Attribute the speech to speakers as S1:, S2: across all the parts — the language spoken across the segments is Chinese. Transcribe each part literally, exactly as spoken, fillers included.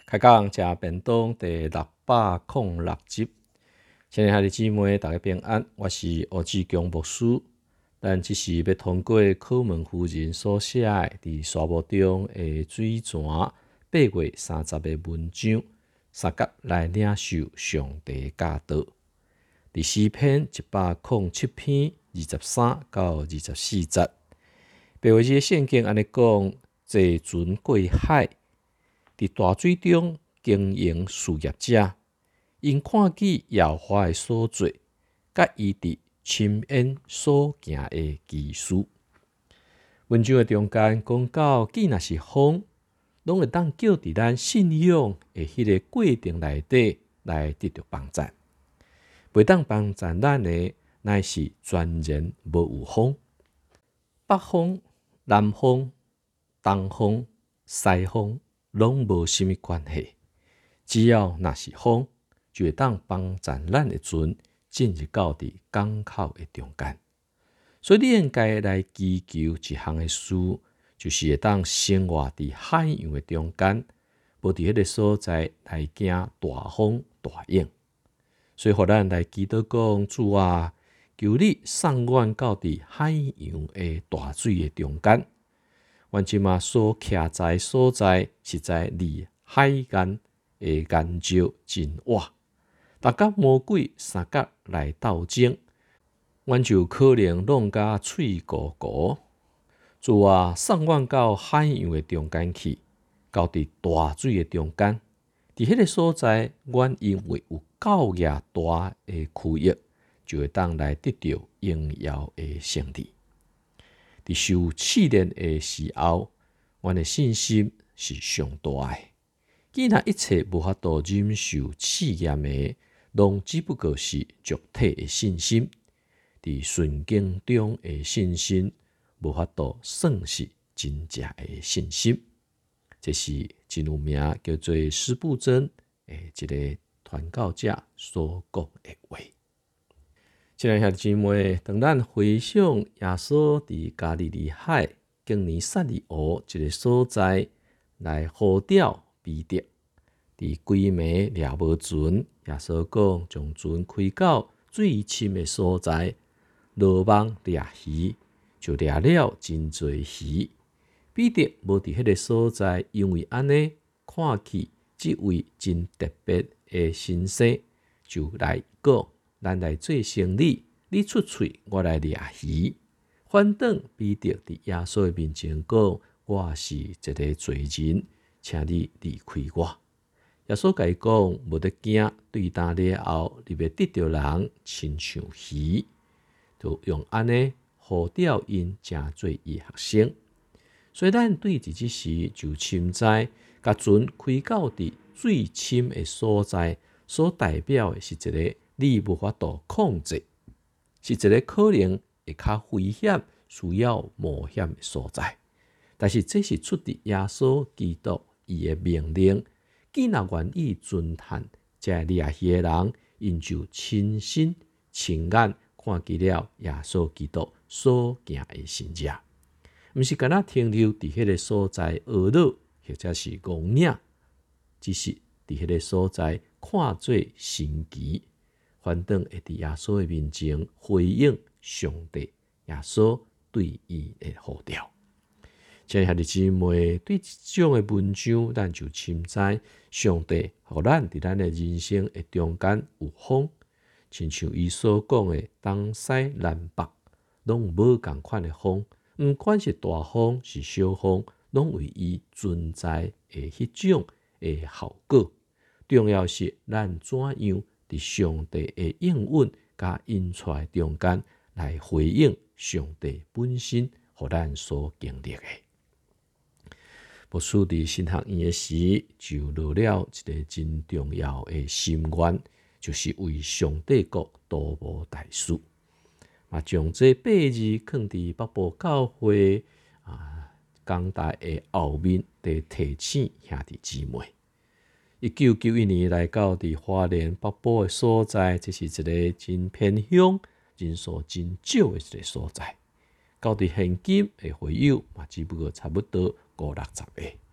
S1: 开讲食便当第六百零六集，亲爱的姊妹，大家平安，我是欧志强牧师。咱即是要通过考门夫人所写的伫沙漠中的水泉八月三十的文章，三角来领受上帝教导。伫诗篇一百零七篇二十三到二十四节，白话字的圣经安尼讲：坐船过海，伫大水中经营事业者，因看见耶和华的所做，甲伊伫深渊所行的奇事。文章的中间讲到，既若是风，拢会当叫伫咱信仰的迄个过程内底来得到帮助。袂当帮助咱的，乃是全然无有风。北风、南风、东风、西风，拢无啥物关系。只要若是风，就会当帮助咱的船进入到伫港口的中间。所以你应该来祈求一项的事，就是会当生活伫海洋的中间，无伫迄个所在来惊大风大影。所以，互咱来祈祷讲：主啊，求你送阮到伫海洋的大水的中间。阮即马所徛在所在，实在离海岸的岩礁真远。逐甲魔鬼三角来斗争，阮就可能弄甲喙糊糊。主啊，送阮到海洋的中间去，到伫大水的中间。伫迄个所在，阮因为有够野大的区域，就会当来得到荣耀的胜利。伫受试炼的时候，阮的信心是上大的。既然一切无法度忍受试验的，拢只不过是肉体的信心。伫顺境中的信心，无法度算是真正的信心。这是真有名叫做施布真的一个传教者所讲的话。亲爱的姊妹，当咱回想耶稣伫加利利海经尼撒利湖一个所在来呼召彼得，伫规暝掠无船，耶稣讲将船开到最深的所在，落网掠鱼，就掠了真侪鱼。彼得无伫迄个所在，因为安尼看起即位真特别的神仙，就来讲：咱来做生意，你出喙，我来掠鱼。反正彼得伫耶稣的面前讲：我是一个罪人，请你离开我。耶稣甲伊讲：无得惊，对答了后，你要得到人亲像鱼，就用安尼呼召因成做伊学生。所以咱对伫即时就深知，甲船开到伫最深的所在，所代表的是一个你无法度控制，是一个可能会较危险、需要冒险的所在。但是这是出自耶稣基督伊的命令，既若愿意遵行，这掠鱼的人，因就亲身亲眼看见了耶稣基督所行的神迹。毋是干那停留伫迄个所在学乐，或者是戆领，只是伫迄个所在看做神奇，反正会伫耶稣的面前回应上帝耶稣对伊的呼召。亲爱的姊妹，对即种的文章，咱就深知上帝互咱伫咱的人生的中间有风，亲像伊所讲的东西南北，拢无共款的风。毋管是大风是小风，拢为伊存在的迄种的效果。重要是咱怎样伫上帝的应允甲因出中间来回应上帝本身，互咱所经历的。牧师伫神学院的时，就落了一个真重要的心愿，就是为上帝国祷无大事。嘛，将这八字放伫北部教会啊，讲台的后面地提醒兄弟姊妹。一九九一年来到伫花莲北部的所在，这是一个真偏乡、人数真少的一个所在。到伫现今的会友嘛，只不过差不多五六十个。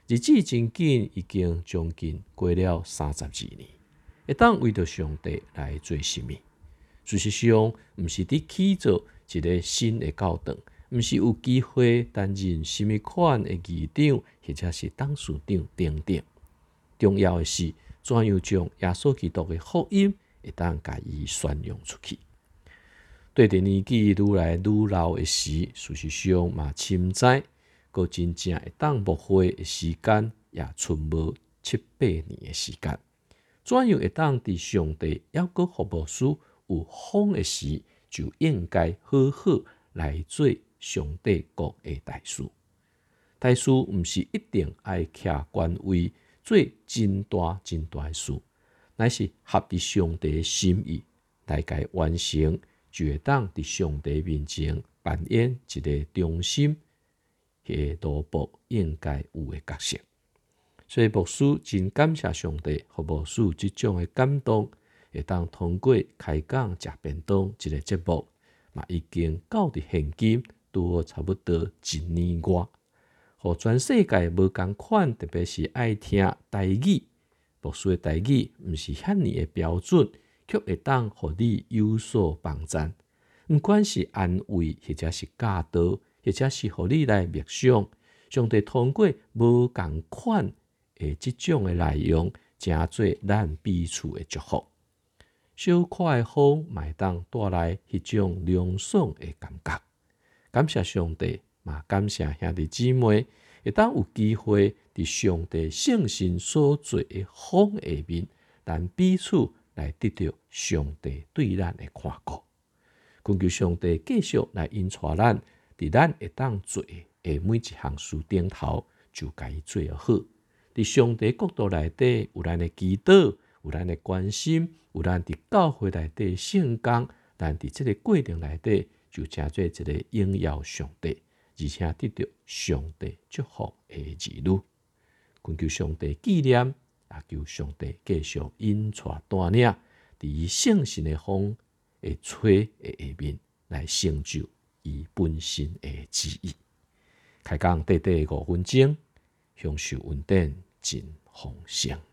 S1: 日子真紧，已经将近过了三十二年，会当为着上帝来做什么？事实上，毋是伫起做一个新的教堂，毋是有机会担任什么款的议长或者是董事长等等。重要的是，怎样将耶稣基督的福音会当甲伊宣扬出去。对着年纪愈来愈老的时，事实上嘛深知，佮真正会当牧会的时间也剩无七八年的时间。怎样会当伫上帝还佮服务师有风的时，就应该好好来做上帝国的大事。大事毋是一定爱徛官位做真大真大的事，乃是合伫上帝的心意来甲完成，就会当伫上帝面前扮演一个忠心的奴仆应该有的角色。所以牧师真感谢上帝，服务师即种的感动，会当通过开讲食便当这个节目，嘛已经到伫现今拄好差不多一年外，互全世界无共款，特别是爱听台语，牧师的台语毋是遐尼的标准，却会当互你有所帮助。毋管是安慰，或者是教导，或者是互你来默想，上帝通过无共款诶，即种诶内容，诚做咱彼此诶祝福。小可诶风，嘛当带来迄种凉爽诶感觉。感谢上帝，嘛感谢兄弟姊妹，会当有机会伫上帝圣神所做诶风下面，咱彼此来得到上帝对咱诶看顾。恳求上帝继续来引带咱，伫咱会当做诶每一项事顶头，就甲伊做好。伫上帝国度内底，有咱的祈祷，有咱的关心，有咱伫教会内底圣工，咱伫即个过程内底，就诚做一个荣耀上帝，而且得到上帝祝福的儿女。恳求上帝纪念，也求上帝继续引带带领，伫圣神的风的吹的下面，来成就伊本身的旨意。开讲短短五分钟。享受稳定，真丰盛。